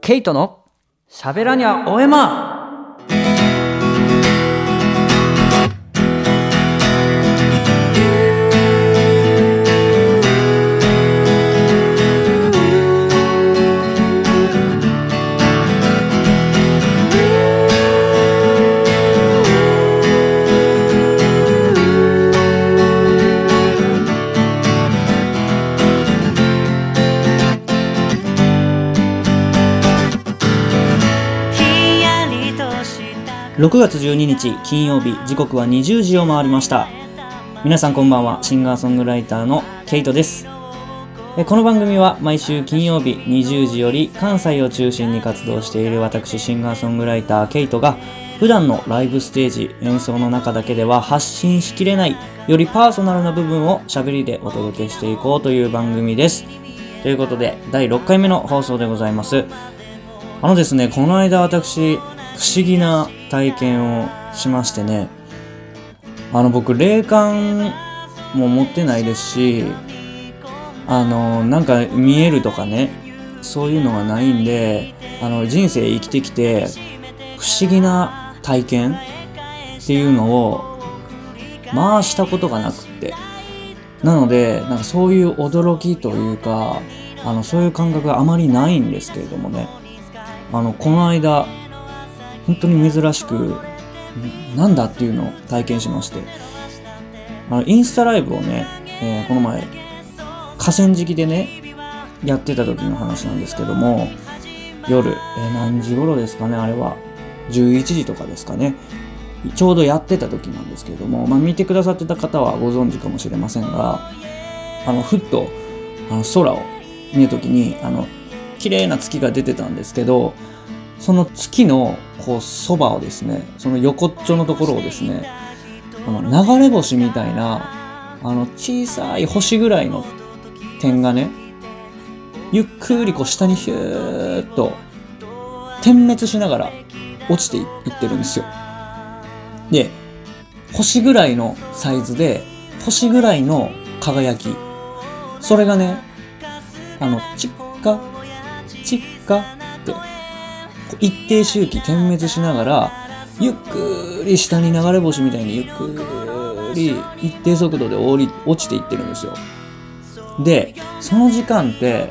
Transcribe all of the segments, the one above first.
ケイトの喋らにゃおえま。6月12日金曜日、時刻は20時を回りました。皆さんこんばんは。シンガーソングライターのケイトです。この番組は毎週金曜日20時より関西を中心に活動している私シンガーソングライターケイトが、普段のライブステージ演奏の中だけでは発信しきれないよりパーソナルな部分を喋りでお届けしていこうという番組です。ということで第6回目の放送でございます。ですね、この間私不思議な体験をしましてね、僕霊感も持ってないですし、なんか見えるとかね、そういうのがないんで、人生生きてきて不思議な体験っていうのをしたことがなくって、なのでなんかそういう驚きというか、そういう感覚があまりないんですけれどもね、この間本当に珍しくなんだっていうのを体験しまして、インスタライブをね、この前河川敷でねやってた時の話なんですけども、夜、何時頃ですかね、あれは11時とかですかね、ちょうどやってた時なんですけれども、見てくださってた方はご存知かもしれませんが、ふっと空を見る時に綺麗な月が出てたんですけど、その月のそばをですね、その横っちょのところをですね、流れ星みたいな小さい星ぐらいの点がね、ゆっくり下にヒューッと点滅しながら落ちていってるんですよ。で、星ぐらいのサイズで星ぐらいの輝き、それがね、チッカチッカって一定周期点滅しながらゆっくり下に流れ星みたいにゆっくり一定速度で落ちていってるんですよ。で、その時間って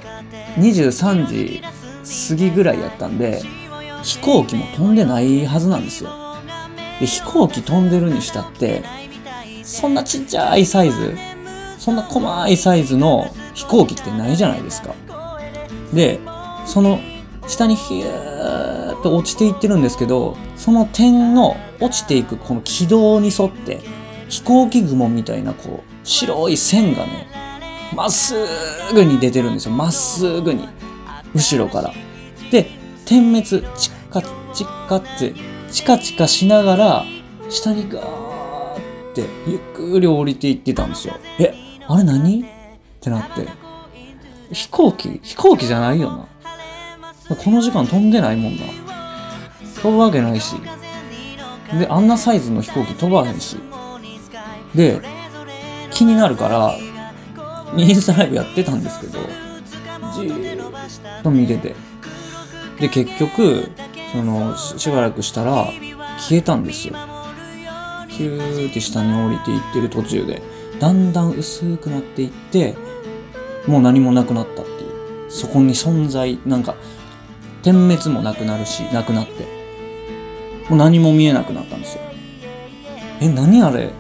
23時過ぎぐらいやったんで、飛行機も飛んでないはずなんですよ。で、飛行機飛んでるにしたってそんなちっちゃいサイズ、そんな細いサイズの飛行機ってないじゃないですか。で、その下にヒューッと落ちていってるんですけど、その点の落ちていくこの軌道に沿って飛行機雲みたいな白い線がね、まっすぐに出てるんですよ。まっすぐに後ろから。で、点滅チッカチッカってチカチカしながら下にガーってゆっくり降りていってたんですよ。あれ何ってなって、飛行機じゃないよな、この時間飛んでないもんな、飛ぶわけないし、であんなサイズの飛行機飛ばへんし、で気になるからインスタライブやってたんですけど、じーっと見てて、で結局しばらくしたら消えたんですよ。ヒューって下に降りていってる途中でだんだん薄くなっていって、もう何もなくなったっていう、そこに存在、なんか点滅もなくなるし、なくなってもう何も見えなくなったんですよ。何あれって、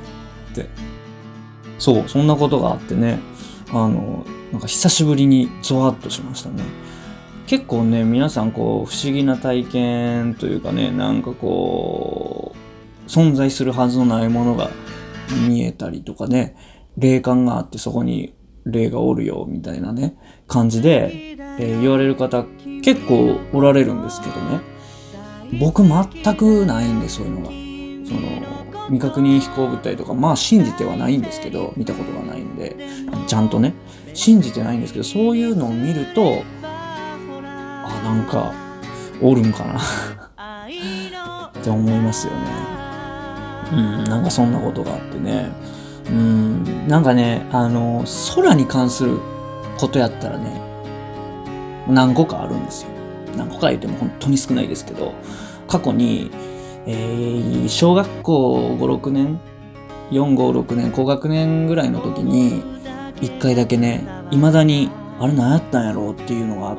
そんなことがあってね、なんか久しぶりにゾワッとしましたね。結構ね、皆さん不思議な体験というかね、なんか存在するはずのないものが見えたりとかね、霊感があってそこに霊がおるよみたいなね感じで、言われる方結構おられるんですけどね、僕全くないんで、そういうのが、未確認飛行物体とか信じてはないんですけど、見たことがないんでちゃんとね信じてないんですけど、そういうのを見るとなんかおるんかなって思いますよね。なんかそんなことがあってね、なんかね、空に関することやったらね何個かあるんですよ。 何個か言っても本当に少ないですけど、過去に、小学校5、6年、4、5、6年、高学年ぐらいの時に、1回だけね、未だに、あれ何やったんやろうっていうのがあって、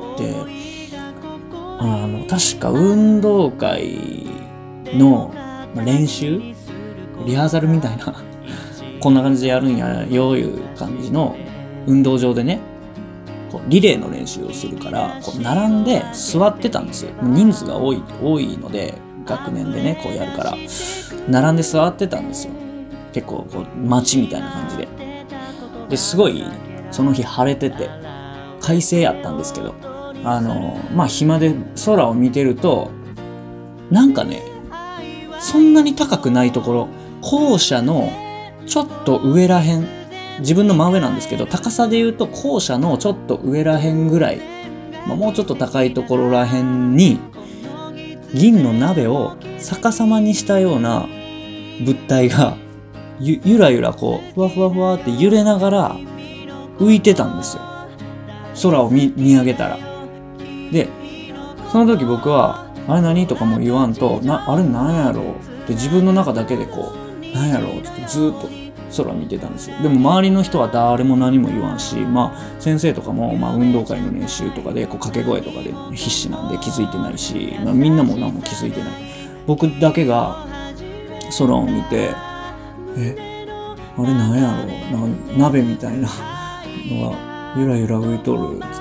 確か運動会の練習リハーサルみたいなこんな感じでやるんやよいう感じの運動場でね、こうリレーの練習をするからこう並んで座ってたんですよ。人数が多いので学年でねこうやるから並んで座ってたんですよ。結構こう街みたいな感じですごいその日晴れてて快晴やったんですけど、暇で空を見てるとなんかね、そんなに高くないところ、校舎のちょっと上らへん、自分の真上なんですけど、高さで言うと校舎のちょっと上らへんぐらい、もうちょっと高いところらへんに、銀の鍋を逆さまにしたような物体が、ゆらゆらこう、ふわふわふわって揺れながら浮いてたんですよ。空を見上げたら。で、その時僕は、あれ何とかも言わんと、あれ何やろうって自分の中だけでこう、何やろうってずーっと空見てたんですよ。でも周りの人は誰も何も言わんし、先生とかも運動会の練習とかでこう掛け声とかで必死なんで気づいてないし、みんなも何も気づいてない。僕だけが空を見て、あれ何やろう鍋みたいなのがゆらゆら浮いとるつって。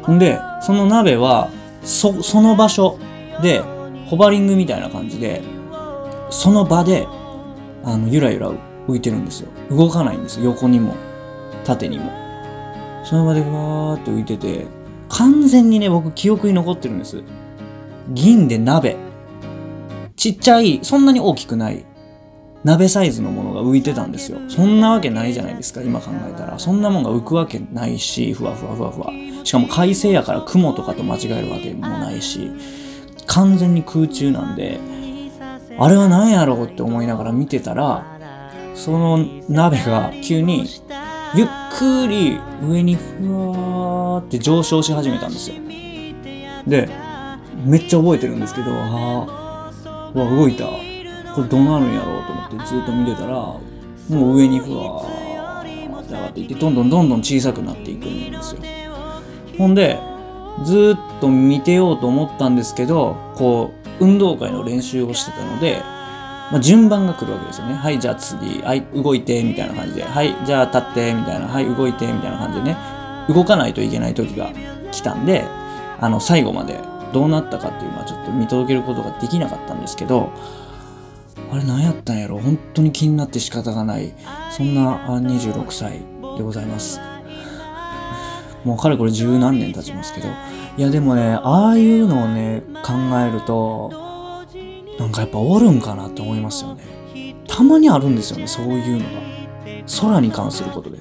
んで、その鍋はその場所でホバリングみたいな感じでその場でゆらゆら浮いてるんですよ。動かないんですよ。横にも縦にもその場でふわーっと浮いてて、完全にね僕記憶に残ってるんです。銀で鍋、ちっちゃい、そんなに大きくない鍋サイズのものが浮いてたんですよ。そんなわけないじゃないですか、今考えたら。そんなもんが浮くわけないし、ふわふわふわふわ。しかも快晴やから雲とかと間違えるわけもないし、完全に空中なんで、あれは何やろうって思いながら見てたら、その鍋が急にゆっくり上にふわーって上昇し始めたんですよ。で、めっちゃ覚えてるんですけど、動いた。これどうなるんやろうと思ってずっと見てたら、もう上にふわーって上がっていって、どんどん小さくなっていくんですよ。ほんで、ずっと見てようと思ったんですけど、こう、運動会の練習をしてたので、順番が来るわけですよね。はい、じゃあ次、はい、動いて、みたいな感じで、はい、じゃあ立って、みたいな、はい、動いて、みたいな感じでね、動かないといけない時が来たんで、最後までどうなったかっていうのはちょっと見届けることができなかったんですけど、あれ何やったんやろ、本当に気になって仕方がない、そんな26歳でございます。もうかれこれ十何年経ちますけど、いやでもね、ああいうのをね考えるとなんかやっぱおるんかなって思いますよね。たまにあるんですよね、そういうのが。空に関することです。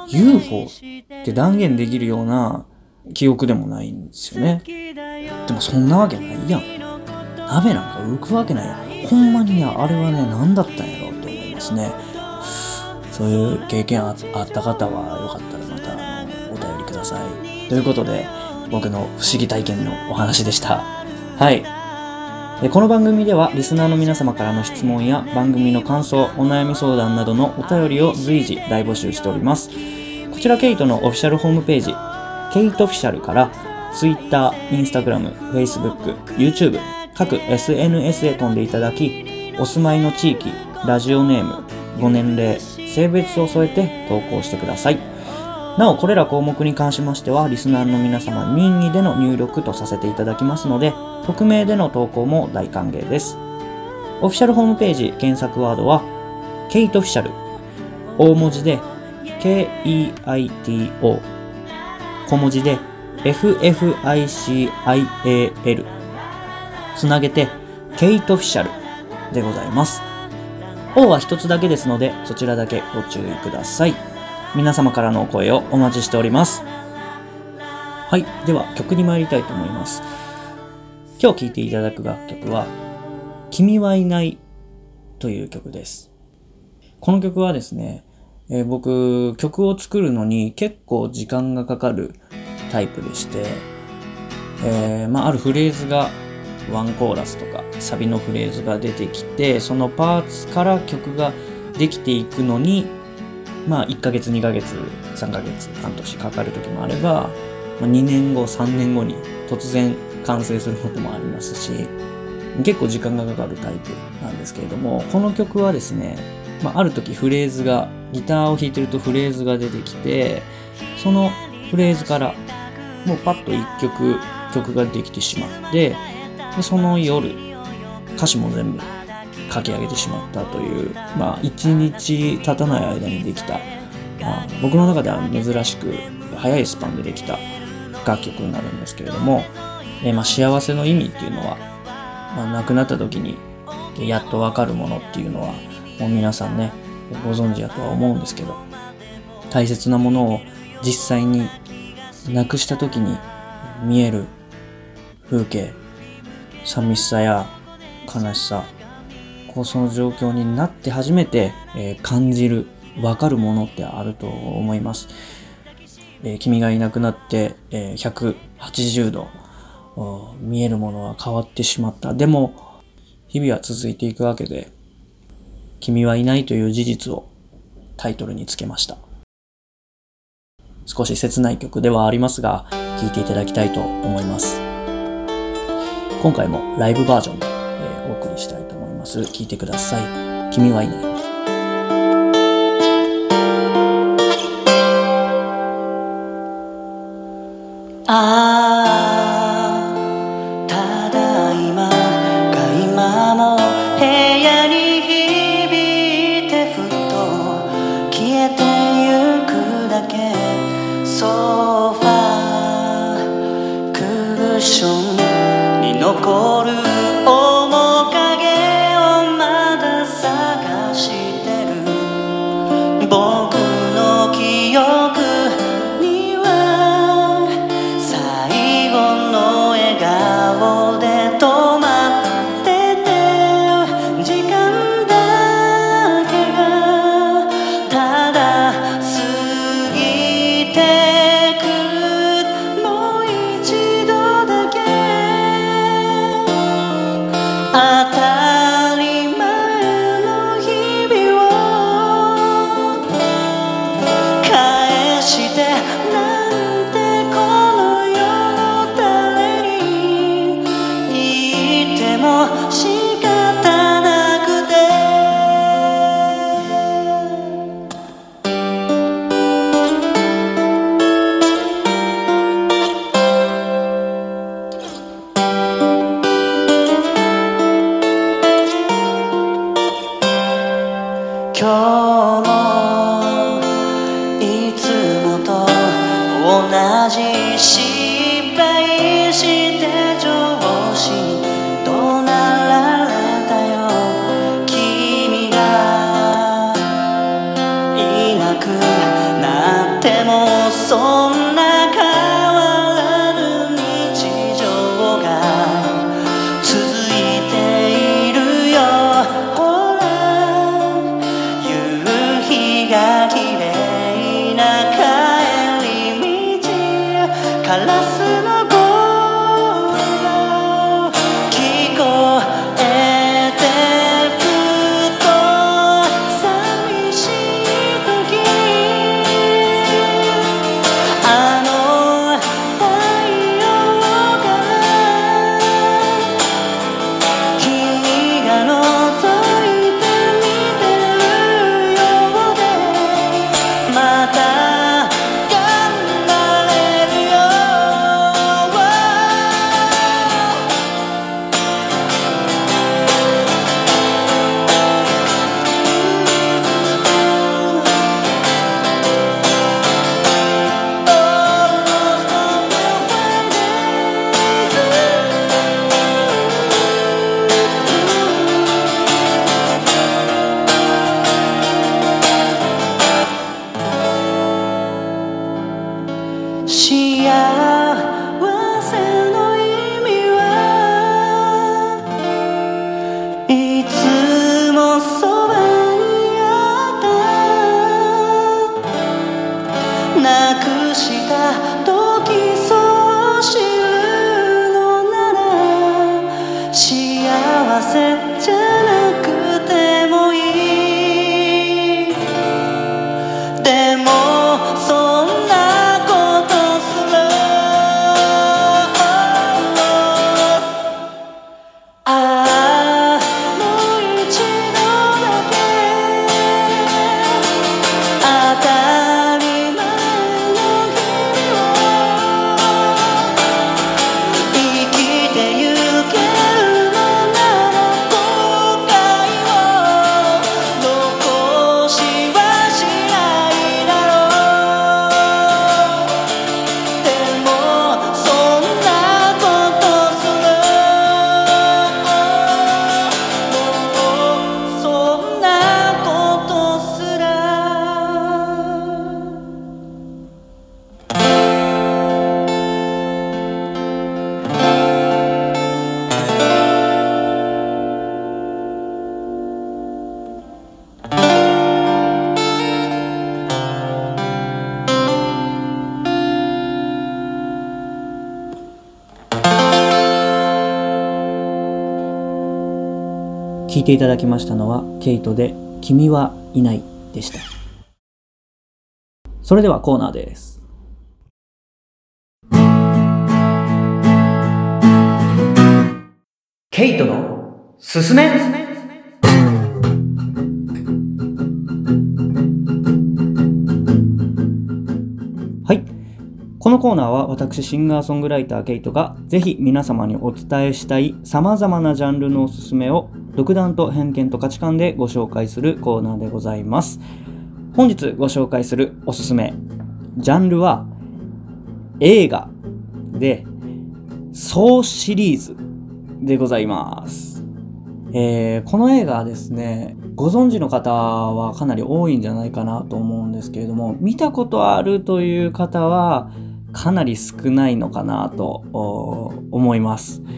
UFO って断言できるような記憶でもないんですよね。でもそんなわけないやん。鍋なんか浮くわけないやん。ほんまにね、あれはね何だったんやろうって思いますね。そういう経験あった方はよかったらまたお便りください。ということで、僕の不思議体験のお話でした。はい。この番組ではリスナーの皆様からの質問や番組の感想、お悩み相談などのお便りを随時大募集しております。こちらケイトのオフィシャルホームページ、ケイトオフィシャルから Twitter、Instagram、Facebook、YouTube、各 SNS へ飛んでいただき、お住まいの地域、ラジオネーム、ご年齢、性別を添えて投稿してください。なお、これら項目に関しましては、リスナーの皆様任意での入力とさせていただきますので、匿名での投稿も大歓迎です。オフィシャルホームページ検索ワードは、ケイトオフィシャル、大文字で KEITO、小文字で FFICIAL、つなげてケイトオフィシャルでございます。O は一つだけですので、そちらだけご注意ください。皆様からのお声をお待ちしております。はい、では曲に参りたいと思います。今日聴いていただく楽曲は、君はいないという曲です。この曲はですね、僕、曲を作るのに結構時間がかかるタイプでして、 あるフレーズがワンコーラスとかサビのフレーズが出てきて、そのパーツから曲ができていくのに1ヶ月2ヶ月3ヶ月半年かかる時もあれば、2年後3年後に突然完成することもありますし、結構時間がかかるタイプなんですけれども、この曲はですね、ある時フレーズが、ギターを弾いてるとフレーズが出てきて、そのフレーズからもうパッと1曲ができてしまって、でその夜歌詞も全部書き上げてしまったという、1日経たない間にできた、僕の中では珍しく早いスパンでできた楽曲になるんですけれども、幸せの意味っていうのは、亡くなった時にやっとわかるものっていうのはもう皆さんねご存知だとは思うんですけど、大切なものを実際に亡くした時に見える風景、寂しさや悲しさ、その状況になって初めて、感じる、わかるものってあると思います。君がいなくなって、180度見えるものは変わってしまった。でも日々は続いていくわけで、君はいないという事実をタイトルにつけました。少し切ない曲ではありますが、聴いていただきたいと思います。今回もライブバージョンで、お送りしたいと思います。聴いてください。君はいない。 ただ今が今も部屋に響いてふと消えてゆくだけ。ソファークッションに残る面影をまだ探してる。僕の記憶には最後の笑顔で止まってて、時間だけがただ過ぎてく。もう一度だけ当たり前の日々を返してなんてこの世の誰に言っても仕方なくて。今日もいつもと同じ失敗して上司に怒鳴られたよ。君がいなくなってもそんな変わらぬ日常が続いているよ。ほら夕日が綺麗な帰り道、カラスの声が聞こえてふと寂しい時、あの太陽から君が覗いてみてるようで、また頑張れるよ。幸せの意味はいつもそばにあった。なくした時そう知る聴いていただきましたのはケイトで君はいないでした。それではコーナーです。ケイトのすすめ。はい、このコーナーは私シンガーソングライターケイトがぜひ皆様にお伝えしたいさまざまなジャンルのおすすめを独断と偏見と価値観でご紹介するコーナーでございます。本日ご紹介するおすすめジャンルは映画でソーシリーズでございます。この映画はですね、ご存知の方はかなり多いんじゃないかなと思うんですけれども、見たことあるという方はかなり少ないのかなと思います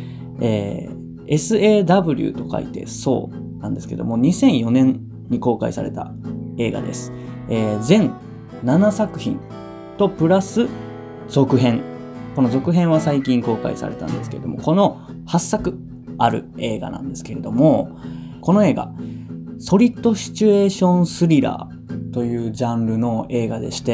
。SAW と書いてそうなんですけども、2004年に公開された映画です。全7作品とプラス続編。この続編は最近公開されたんですけれども、この8作ある映画なんですけれども、この映画ソリッドシチュエーションスリラーというジャンルの映画でして、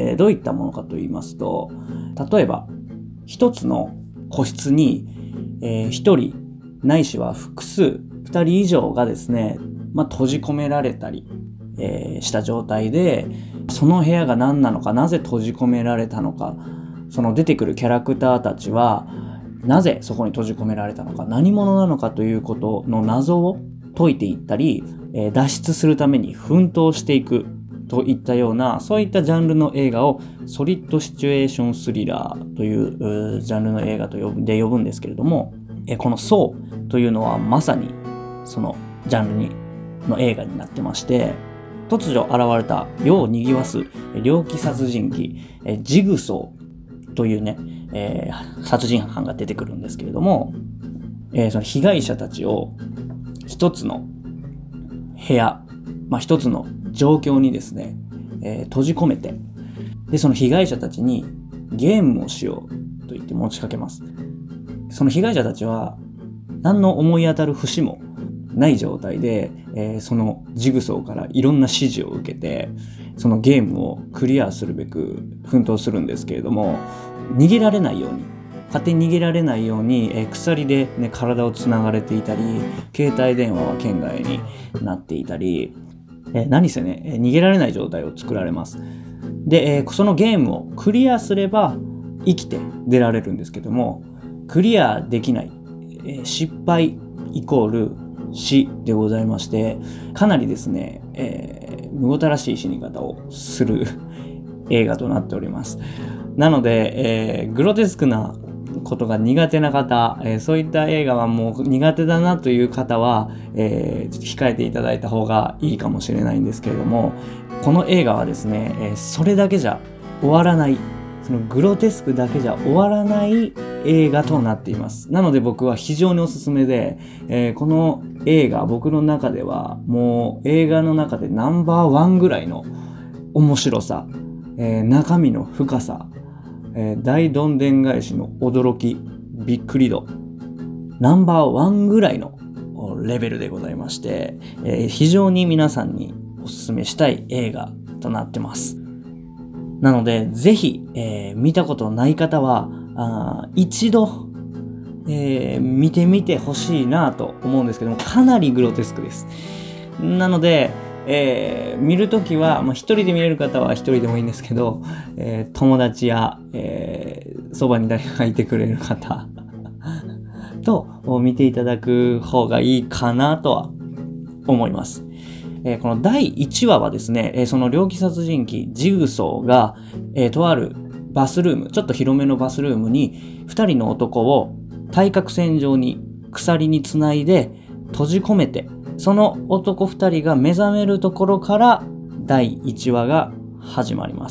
どういったものかと言いますと、例えば一つの個室に、一人ないしは複数2人以上がですね、閉じ込められたり、した状態で、その部屋が何なのか、なぜ閉じ込められたのか、その出てくるキャラクターたちはなぜそこに閉じ込められたのか、何者なのかということの謎を解いていったり、脱出するために奮闘していくといったような、そういったジャンルの映画をソリッドシチュエーションスリラーというジャンルの映画と呼ぶんですけれども、このソーというのはまさにそのジャンルの映画になってまして、突如現れた世を賑わす猟奇殺人鬼ジグソーというね、殺人犯が出てくるんですけれども、その被害者たちを一つの部屋、一つの状況にですね、閉じ込めて、でその被害者たちにゲームをしようと言って持ちかけます。その被害者たちは何の思い当たる節もない状態で、そのジグソーからいろんな指示を受けて、そのゲームをクリアするべく奮闘するんですけれども、勝手に逃げられないように、鎖で、ね、体をつながれていたり、携帯電話は圏外になっていたり、何せね、逃げられない状態を作られます。で、そのゲームをクリアすれば生きて出られるんですけども、クリアできない、失敗イコール死でございまして、かなりですね、むごたらしい死に方をする映画となっております。なので、グロテスクなことが苦手な方、そういった映画はもう苦手だなという方は、ちょっと控えていただいた方がいいかもしれないんですけれども、この映画はですね、それだけじゃ終わらない、そのグロテスクだけじゃ終わらない映画となっています。なので僕は非常におすすめで、この映画、僕の中ではもう映画の中でナンバー1ぐらいの面白さ、中身の深さ、大どんでん返しの驚き、びっくり度、ナンバー1ぐらいのレベルでございまして、非常に皆さんにおすすめしたい映画となってます。なのでぜひ、見たことない方は一度、見てみてほしいなと思うんですけども、かなりグロテスクです。なので、見るときは、一人で見れる方は一人でもいいんですけど、友達や、そばに誰かがいてくれる方と見ていただく方がいいかなとは思います。この第1話はですね、その猟奇殺人鬼ジグソーが、とあるバスルーム、ちょっと広めのバスルームに2人の男を対角線上に鎖につないで閉じ込めて、その男2人が目覚めるところから第1話が始まります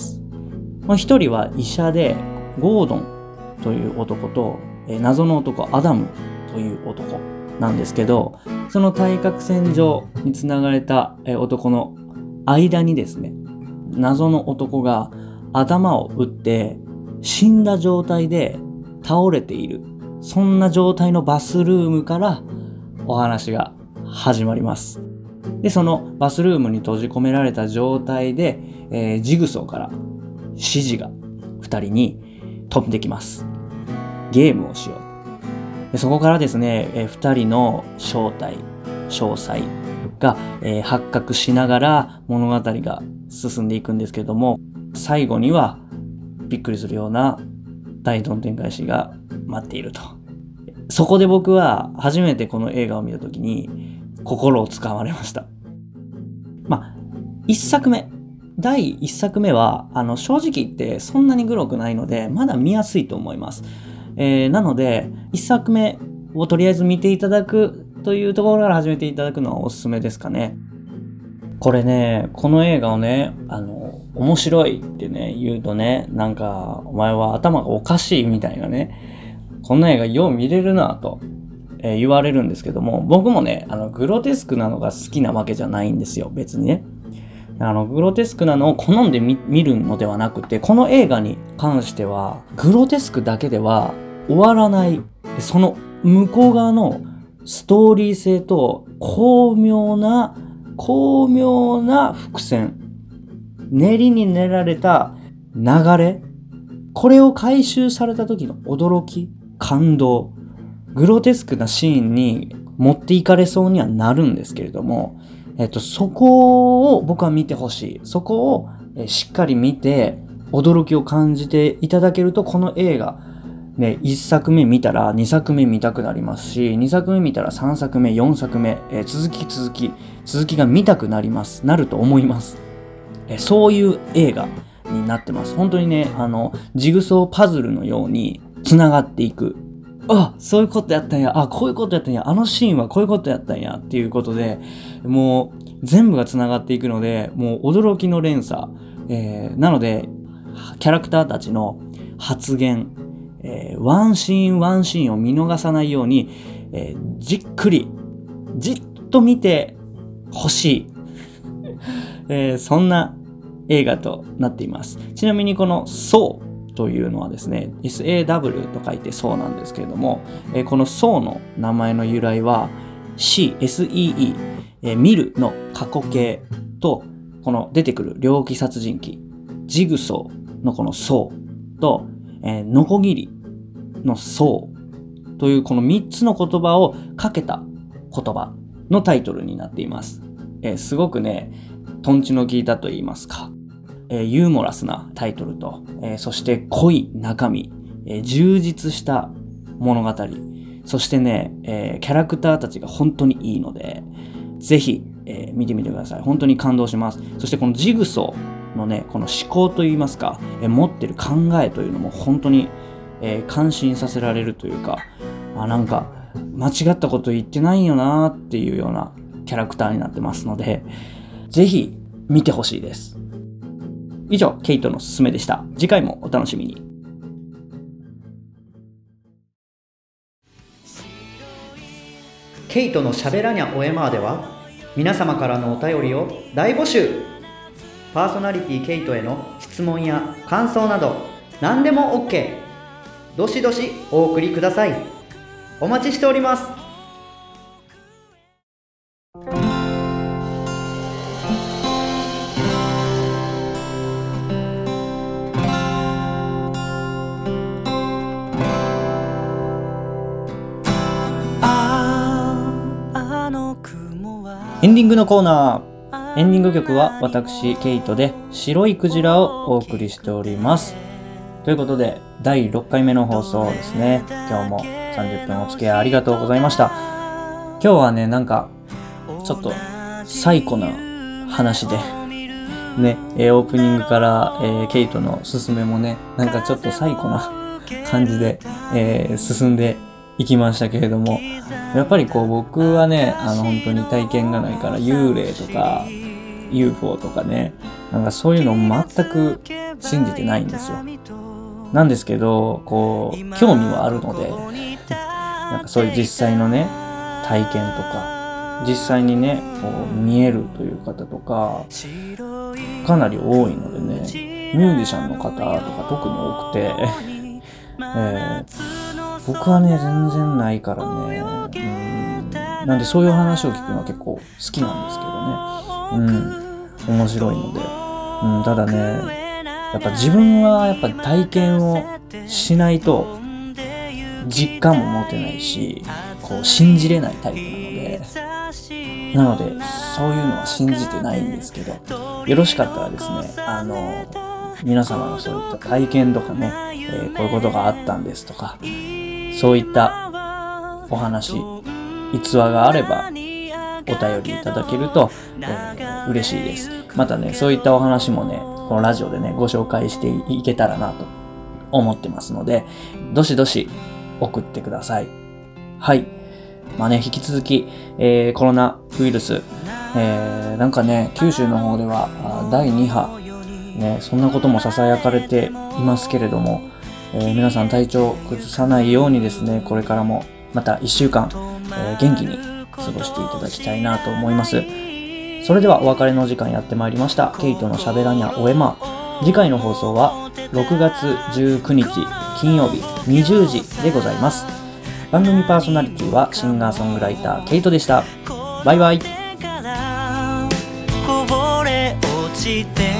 。1人は医者でゴードンという男と、謎の男アダムという男なんですけど、その対角線上につながれた男の間にですね、謎の男が頭を打って死んだ状態で倒れている、そんな状態のバスルームからお話が始まります。で、そのバスルームに閉じ込められた状態で、ジグソーから指示が2人に飛んできます。ゲームをしよう。でそこからですね、2人の正体、詳細が、発覚しながら物語が進んでいくんですけれども、最後にはびっくりするような大どんでん返しが待っていると。そこで僕は初めてこの映画を見たときに心をつかまれました。一作目、第一作目は正直言ってそんなにグロくないのでまだ見やすいと思います。なので一作目をとりあえず見ていただくというところから始めていただくのはおすすめですかね。これね、この映画をね、面白いってね言うとね、なんかお前は頭がおかしいみたいなね、こんな映画よう見れるなと、言われるんですけども、僕もねグロテスクなのが好きなわけじゃないんですよ、別にね。グロテスクなのを好んで見るのではなくて、この映画に関してはグロテスクだけでは終わらない、その向こう側のストーリー性と巧妙な伏線、練りに練られた流れ、これを回収された時の驚き、感動、グロテスクなシーンに持っていかれそうにはなるんですけれども、そこを僕は見てほしい。そこをしっかり見て驚きを感じていただけると、この映画ね、1作目見たら2作目見たくなりますし、2作目見たら3作目、4作目、続きが見たくなると思います。そういう映画になってます。本当にね、ジグソーパズルのように繋がっていく。あ、そういうことやったんや。あ、こういうことやったんや。あのシーンはこういうことやったんや。っていうことで、もう全部が繋がっていくので、もう驚きの連鎖。なので、キャラクターたちの発言、ワンシーンを見逃さないように、じっと見てほしい、そんな映画となっています。ちなみにこのソーというのはですね、SAW と書いてそうなんですけれども、このソーの名前の由来は SEE、見るの過去形と、この出てくる猟奇殺人鬼ジグソーのこのソーと、ノコギリのソーというこの3つの言葉をかけた言葉のタイトルになっています。すごくね、トンチの効いたと言いますか、ユーモラスなタイトルと、そして濃い中身、充実した物語、そしてね、キャラクターたちが本当にいいので、ぜひ、見てみてください。本当に感動します。そしてこのジグソーのね、この思考といいますか、持ってる考えというのも本当に、感心させられるというか、なんか間違ったこと言ってないよなっていうようなキャラクターになってますので、ぜひ見てほしいです。以上、ケイトのすすめでした。次回もお楽しみに。ケイトのしゃべらにゃおえまーでは、皆様からのお便りを大募集。パーソナリティケイトへの質問や感想など何でも OK。 どしどしお送りください。お待ちしております。エンディングのコーナー。エンディング曲は私ケイトで白いクジラをお送りしております。ということで第6回目の放送ですね。今日も30分お付き合いありがとうございました。今日はね、なんかちょっと最古な話でね、オープニングから、ケイトのすすめもね、なんかちょっと最古な感じで、進んでいきましたけれども、やっぱりこう僕はね、本当に体験がないから幽霊とか UFO とかね、なんかそういうのを全く信じてないんですよ。なんですけど、こう興味はあるので、なんかそういう実際のね体験とか、実際にねこう見えるという方とかかなり多いのでね、ミュージシャンの方とか特に多くて、僕はね全然ないからね、 なんでそういう話を聞くのは結構好きなんですけどね。面白いので。ただね、やっぱ自分はやっぱ体験をしないと実感も持てないし、こう信じれないタイプなので、そういうのは信じてないんですけど、よろしかったらですね、皆様のそういった体験とかね、こういうことがあったんですとか、そういったお話、逸話があればお便りいただけると、嬉しいです。またね、そういったお話もね、このラジオでね、ご紹介していけたらなと思ってますので、どしどし送ってください。はい。まあね、引き続き、コロナウイルス、なんかね、九州の方では第2波、ね、そんなことも囁かれていますけれども、皆さん体調崩さないようにですね、これからもまた1週間、元気に過ごしていただきたいなと思います。それではお別れの時間やってまいりました。ケイトのしゃべらにゃおえま。次回の放送は6月19日金曜日20時でございます。番組パーソナリティはシンガーソングライターケイトでした。バイバイ。 こぼれ落ちて